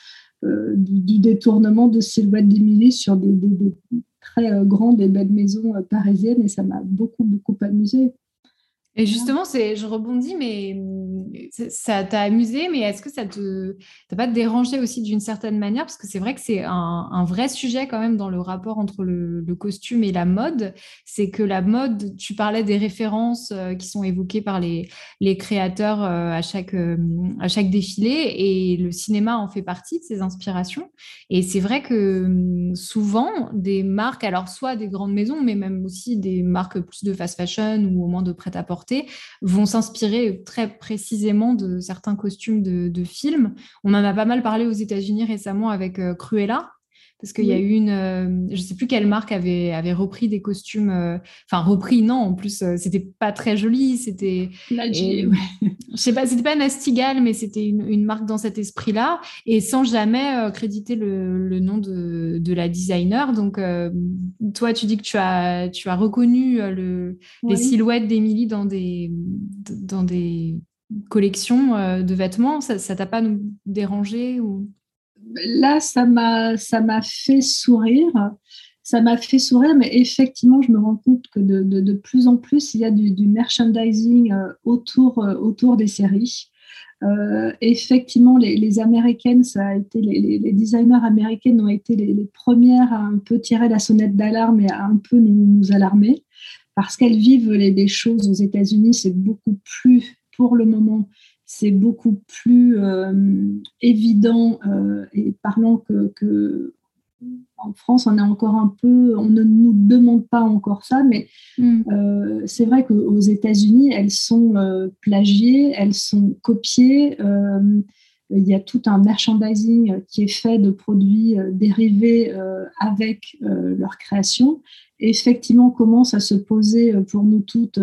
du détournement de silhouette d'Emily sur des très grandes et belles maisons parisiennes, et ça m'a beaucoup, beaucoup amusée. Et justement, je rebondis, mais ça t'a amusé, mais est-ce que ça t'a pas dérangé aussi d'une certaine manière? Parce que c'est vrai que c'est un vrai sujet quand même dans le rapport entre le costume et la mode. C'est que la mode, tu parlais des références qui sont évoquées par les créateurs à chaque défilé, et le cinéma en fait partie de ces inspirations. Et c'est vrai que souvent, des marques, alors soit des grandes maisons, mais même aussi des marques plus de fast fashion ou au moins de prêt-à-porter, vont s'inspirer très précisément de certains costumes de films. On en a pas mal parlé aux États-Unis récemment avec Cruella, parce qu'il y a eu je ne sais plus quelle marque avait repris des costumes, enfin repris, non, en plus, c'était pas très joli, c'était... Je sais pas, c'était pas Nastigal, mais c'était une marque dans cet esprit-là, et sans jamais créditer le nom de la designer. Donc, toi, tu dis que tu as reconnu les silhouettes d'Emily dans des collections de vêtements. Ça t'a pas dérangé ou... Là, ça m'a fait sourire. Ça m'a fait sourire, mais effectivement, je me rends compte que de plus en plus, il y a du merchandising autour des séries. Effectivement, les Américaines, ça a été les designers américaines ont été les premières à un peu tirer la sonnette d'alarme et à un peu nous alarmer, parce qu'elles vivent les choses aux États-Unis. C'est beaucoup plus, pour le moment, c'est beaucoup plus évident et parlant que en France, on est encore un peu, on ne nous demande pas encore ça, mais c'est vrai qu'aux États-Unis, elles sont plagiées, elles sont copiées. Il y a tout un merchandising qui est fait de produits dérivés avec leur création. Et effectivement, commence à se poser pour nous toutes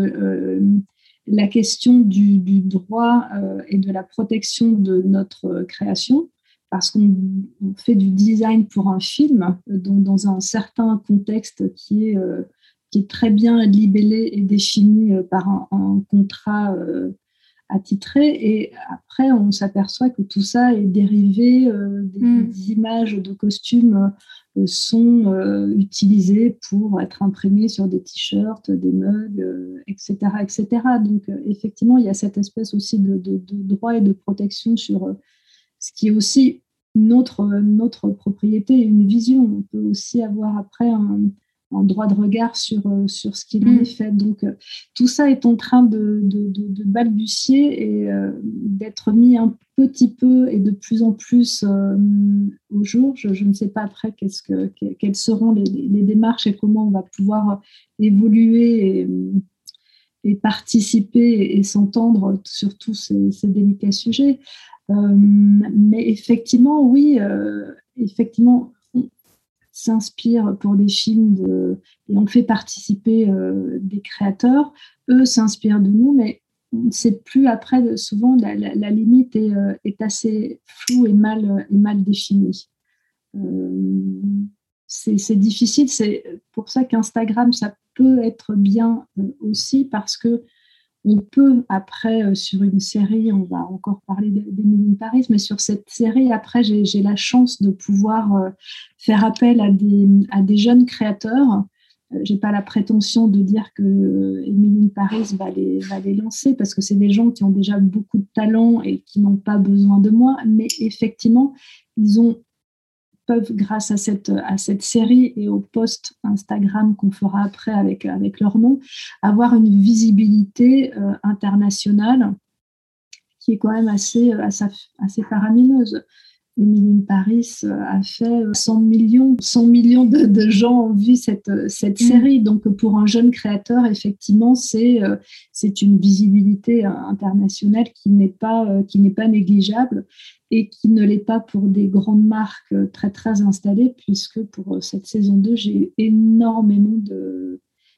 la question du droit et de la protection de notre création, parce qu'on fait du design pour un film dans un certain contexte qui est très bien libellé et défini par un contrat attitré. Et après, on s'aperçoit que tout ça est dérivé des images de costumes sont utilisés pour être imprimés sur des t-shirts, des mugs, etc., etc. Donc, effectivement, il y a cette espèce aussi de droit et de protection sur ce qui est aussi notre propriété et une vision. On peut aussi avoir après un droit de regard sur ce qu'il en est fait. Donc, tout ça est en train de balbutier et d'être mis un petit peu et de plus en plus au jour. Je ne sais pas après quelles seront les démarches et comment on va pouvoir évoluer et participer et s'entendre sur tous ces délicats sujets. Mais effectivement, oui, effectivement, on s'inspire pour des films et on fait participer des créateurs. Eux s'inspirent de nous, mais on ne sait plus après. Souvent, la limite est assez floue et mal définie. C'est difficile. C'est pour ça qu'Instagram, ça peut être bien aussi parce que on peut, après, sur une série, on va encore parler d'Emily in Paris, mais sur cette série, après, j'ai la chance de pouvoir faire appel à des jeunes créateurs. Je n'ai pas la prétention de dire que Emily in Paris va les lancer, parce que c'est des gens qui ont déjà beaucoup de talent et qui n'ont pas besoin de moi, mais effectivement, peuvent, grâce à cette série et au post Instagram qu'on fera après avec leur nom, avoir une visibilité internationale qui est quand même assez faramineuse. Emily in Paris a fait 100 millions de gens ont vu cette série. Donc, pour un jeune créateur, effectivement, c'est une visibilité internationale qui n'est pas négligeable et qui ne l'est pas pour des grandes marques très, très installées, puisque pour cette saison 2, j'ai eu énormément de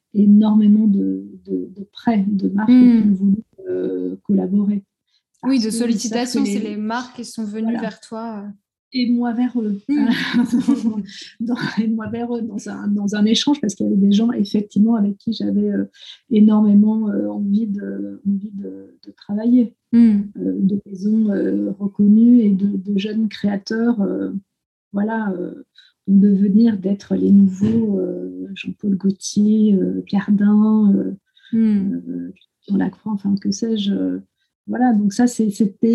prêts de marques qui ont voulu collaborer. Oui, de sollicitations, c'est les marques qui sont venues vers toi. Et moi vers eux. Et moi vers eux dans un échange, parce qu'il y avait des gens, effectivement, avec qui j'avais énormément envie de travailler. De maisons reconnues et de jeunes créateurs, devenir d'être les nouveaux Jean-Paul Gaultier, Pierre Dain, Christian Lacroix, enfin, que sais-je. Voilà, donc ça, c'est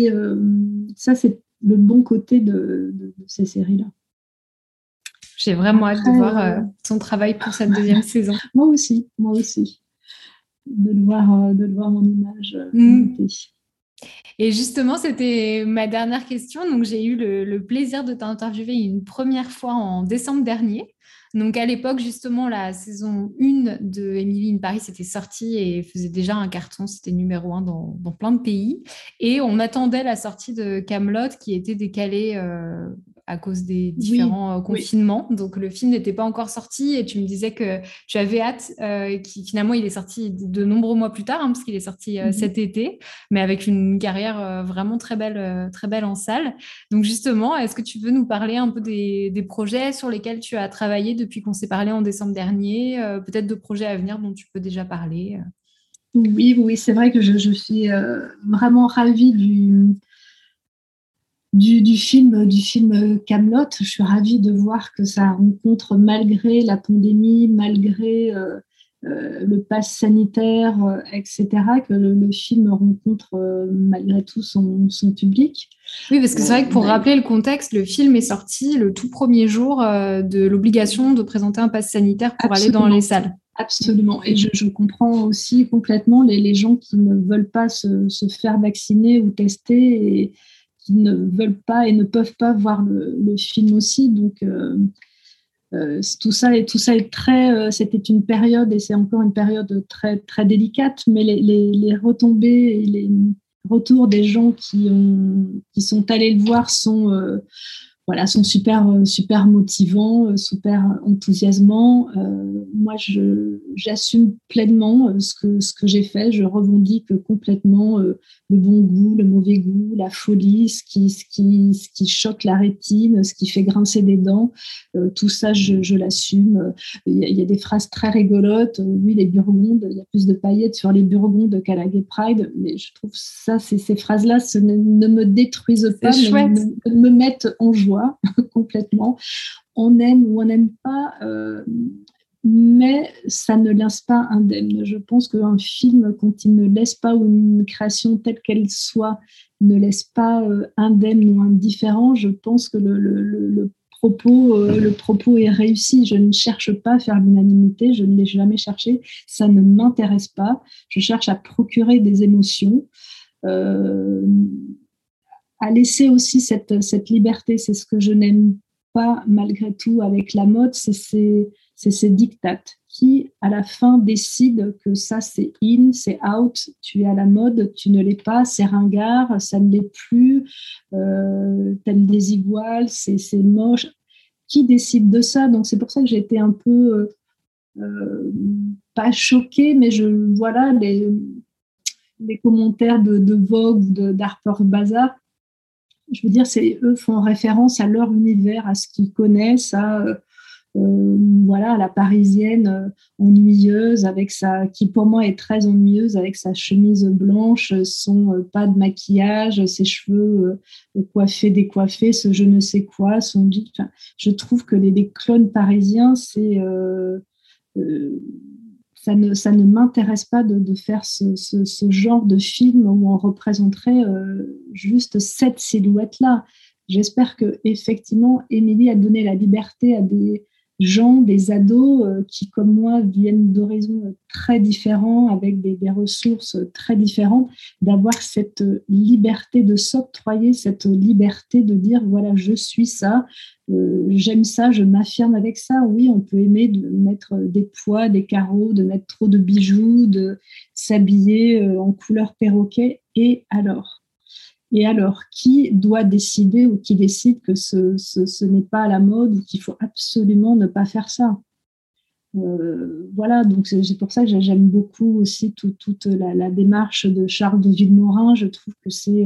le bon côté de ces séries-là. J'ai vraiment hâte de voir ton travail pour cette deuxième saison. Moi aussi. De le voir en image montée. Et justement, c'était ma dernière question. Donc, j'ai eu le plaisir de t'interviewer une première fois en décembre dernier. Donc, à l'époque, justement, la saison 1 de Emily in Paris était sortie et faisait déjà un carton. C'était numéro 1 dans plein de pays. Et on attendait la sortie de Kaamelott qui était décalée à cause des différents confinements. Donc, le film n'était pas encore sorti et tu me disais que tu avais hâte. Finalement, il est sorti de nombreux mois plus tard, parce qu'il est sorti cet été, mais avec une carrière vraiment très belle en salle. Donc, justement, est-ce que tu veux nous parler un peu des projets sur lesquels tu as travaillé depuis qu'on s'est parlé en décembre dernier, peut-être de projets à venir dont tu peux déjà parler? Oui, c'est vrai que je suis vraiment ravie du film Kaamelott. Je suis ravie de voir que ça rencontre, malgré la pandémie, malgré le pass sanitaire, etc., que le film rencontre malgré tout son public. Oui, parce que c'est vrai que pour rappeler le contexte, le film est sorti le tout premier jour de l'obligation de présenter un pass sanitaire pour aller dans les salles. Absolument. Et je comprends aussi complètement les gens qui ne veulent pas se faire vacciner ou tester et qui ne veulent pas et ne peuvent pas voir le film aussi. Donc, tout ça est très... c'était une période, et c'est encore une période très, très délicate, mais les retombées et les retours des gens qui sont allés le voir sont super motivants, super enthousiasmants. Moi, j'assume pleinement ce que j'ai fait. Je revendique complètement le bon goût, le mauvais goût, la folie, ce qui choque la rétine, ce qui fait grincer des dents. Tout ça, je l'assume. Il y a des phrases très rigolotes. Oui, les Burgondes, il y a plus de paillettes sur les Burgondes qu'à la Gay Pride. Mais je trouve ça, ces phrases-là ne me détruisent pas, mais me mettent en joie. choix, complètement. On aime ou on n'aime pas, mais ça ne laisse pas indemne. Je pense qu'un film, quand il ne laisse pas, ou une création telle qu'elle soit, ne laisse pas indemne ou indifférent, je pense que le propos est réussi. Je ne cherche pas à faire l'unanimité, je ne l'ai jamais cherché, ça ne m'intéresse pas. Je cherche à procurer des émotions, à laisser aussi cette liberté. C'est ce que je n'aime pas malgré tout avec la mode, c'est ces dictates qui, à la fin, décident que ça, c'est in, c'est out, tu es à la mode, tu ne l'es pas, c'est ringard, ça ne l'est plus, t'aimes des iguales, c'est moche. Qui décide de ça? Donc, c'est pour ça que j'ai été un peu, pas choquée, mais voilà, les commentaires de Vogue ou d'Harper's Bazaar, je veux dire, eux font référence à leur univers, à ce qu'ils connaissent, voilà, la parisienne ennuyeuse, qui pour moi est très ennuyeuse, avec sa chemise blanche, son pas de maquillage, ses cheveux coiffés, décoiffés, ce je ne sais quoi, son jean. Enfin, je trouve que les clones parisiens, ça ne m'intéresse pas de faire ce genre de film où on représenterait juste cette silhouette-là. J'espère qu'effectivement, Émilie a donné la liberté à des gens, des ados qui, comme moi, viennent d'horizons très différents, avec des ressources très différentes, d'avoir cette liberté de s'octroyer, cette liberté de dire, voilà, je suis ça, j'aime ça, je m'affirme avec ça. Oui, on peut aimer de mettre des pois, des carreaux, de mettre trop de bijoux, de s'habiller en couleur perroquet, et alors ? Et alors, qui doit décider ou qui décide que ce n'est pas à la mode ou qu'il faut absolument ne pas faire ça? Voilà, donc c'est pour ça que j'aime beaucoup aussi toute la démarche de Charles de Vilmorin. Je trouve que c'est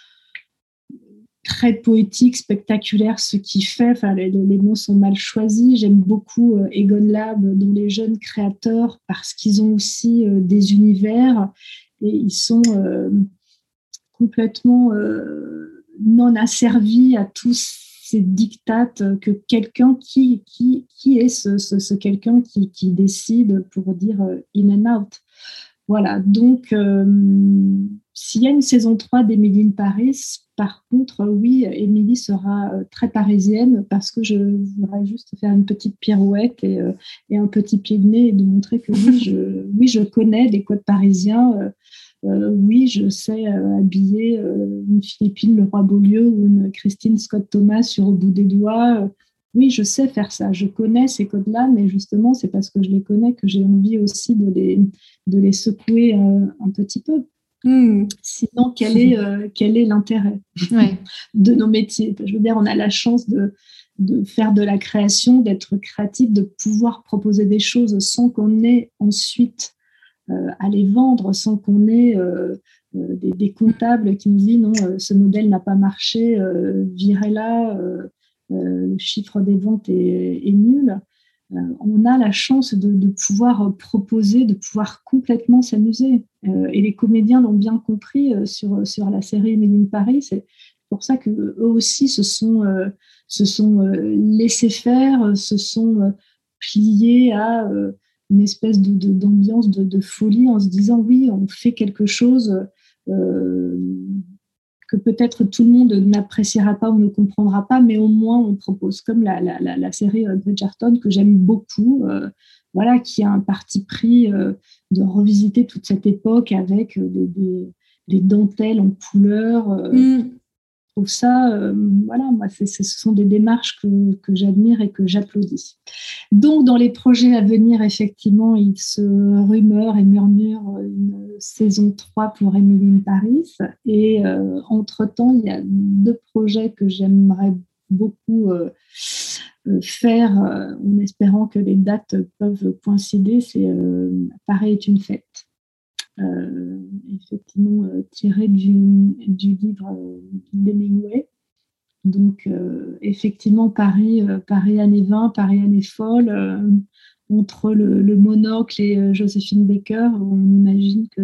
très poétique, spectaculaire ce qu'il fait. Enfin, les mots sont mal choisis. J'aime beaucoup Egon Lab dans les jeunes créateurs parce qu'ils ont aussi des univers et ils sont complètement non asservis à tous ces dictates que quelqu'un qui est ce quelqu'un qui décide pour dire in and out. Voilà, donc s'il y a une saison 3 d'Emily in Paris, par contre, oui, Émilie sera très parisienne parce que je voudrais juste faire une petite pirouette et un petit pied de nez et de montrer que oui, je connais les codes parisiens. Oui, je sais habiller une Philippine Leroy Beaulieu ou une Christine Scott Thomas sur au bout des doigts. Oui, je sais faire ça. Je connais ces codes-là, mais justement, c'est parce que je les connais que j'ai envie aussi de les secouer un petit peu. Sinon, quel est l'intérêt de nos métiers? Je veux dire, on a la chance de faire de la création, d'être créatif, de pouvoir proposer des choses sans qu'on ait ensuite à les vendre, sans qu'on ait des comptables qui nous disent non, ce modèle n'a pas marché, virez-la, le chiffre des ventes est nul. On a la chance de pouvoir proposer, de pouvoir complètement s'amuser. Et les comédiens l'ont bien compris sur la série Emily in Paris. C'est pour ça qu'eux aussi se sont laissés faire, se sont pliés à une espèce d'ambiance de folie en se disant oui, on fait quelque chose que peut-être tout le monde n'appréciera pas ou ne comprendra pas, mais au moins on propose, comme la série Bridgerton que j'aime beaucoup, voilà, qui a un parti pris de revisiter toute cette époque avec des dentelles en couleur. Je trouve ça, voilà, moi, ce sont des démarches que j'admire et que j'applaudis. Donc, dans les projets à venir, effectivement, il se rumeur et murmure une saison 3 pour Emily in Paris. Et entre-temps, il y a 2 projets que j'aimerais beaucoup faire en espérant que les dates peuvent coïncider. C'est Paris est une fête. Effectivement tiré du livre d'Hemingway. Donc, effectivement, Paris années 20, Paris années folles, entre le monocle et Joséphine Baker, on imagine que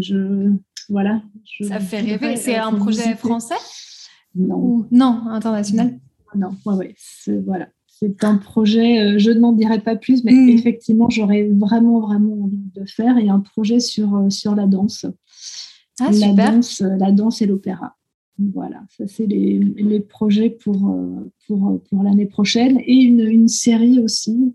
ça fait rêver. C'est un projet français? Non. Non, international. Non, ouais, voilà. C'est un projet, je n'en dirai pas plus, mais effectivement, j'aurais vraiment, vraiment envie de le faire. Et un projet sur la danse. Ah, super. La danse et l'opéra. Voilà, ça c'est les projets pour l'année prochaine. Et une série aussi,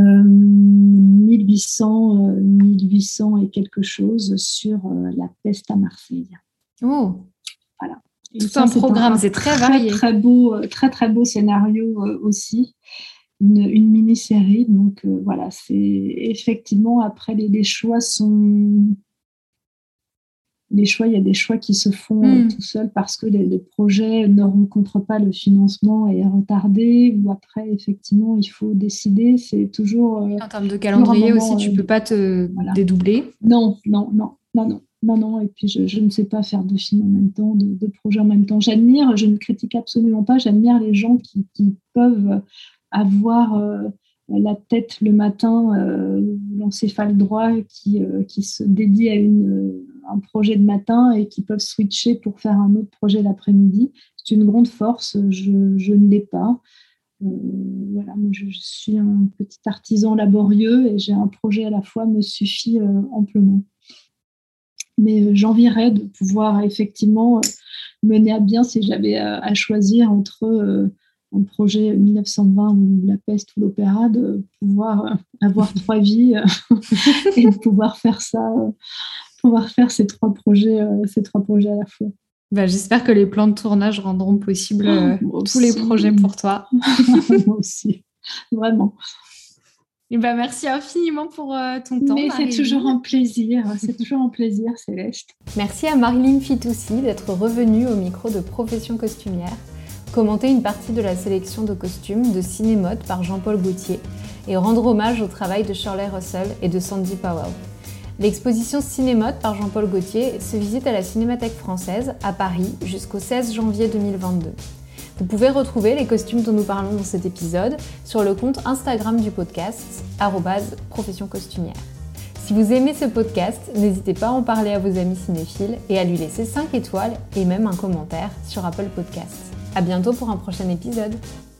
1800 et quelque chose, sur la peste à Marseille. Oh. Voilà. Et tout un programme, c'est très varié. Très beau scénario aussi. Une mini-série. Donc voilà, c'est effectivement, après les choix sont... il y a des choix qui se font tout seuls parce que les projets ne rencontrent pas le financement et est retardé, ou après, effectivement, il faut décider. C'est toujours... en termes de calendrier aussi, tu ne peux pas te dédoubler. Non. Et puis, je ne sais pas faire 2 films en même temps, 2 projets en même temps. Je ne critique absolument pas, j'admire les gens qui peuvent avoir la tête le matin, l'encéphale droit, qui se dédie à un projet de matin et qui peuvent switcher pour faire un autre projet l'après-midi. C'est une grande force, je ne l'ai pas. Voilà, moi je suis un petit artisan laborieux et j'ai un projet à la fois, me suffit amplement. Mais j'envierais de pouvoir effectivement mener à bien, si j'avais à choisir entre un projet 1920 ou la peste ou l'opéra, de pouvoir avoir 3 vies et de pouvoir faire ça, pouvoir faire ces 3 projets à la fois. J'espère que les plans de tournage rendront possible tous les projets pour toi. Moi aussi, vraiment. Et merci infiniment pour ton temps. Mais c'est toujours un plaisir, Céleste. Merci à Marilyn Fitoussi d'être revenue au micro de Profession Costumière, commenter une partie de la sélection de costumes de Cinémode par Jean-Paul Gaultier et rendre hommage au travail de Shirley Russell et de Sandy Powell. L'exposition Cinémode par Jean-Paul Gaultier se visite à la Cinémathèque française à Paris jusqu'au 16 janvier 2022. Vous pouvez retrouver les costumes dont nous parlons dans cet épisode sur le compte Instagram du podcast, @profession costumière. Si vous aimez ce podcast, n'hésitez pas à en parler à vos amis cinéphiles et à lui laisser 5 étoiles et même un commentaire sur Apple Podcasts. À bientôt pour un prochain épisode.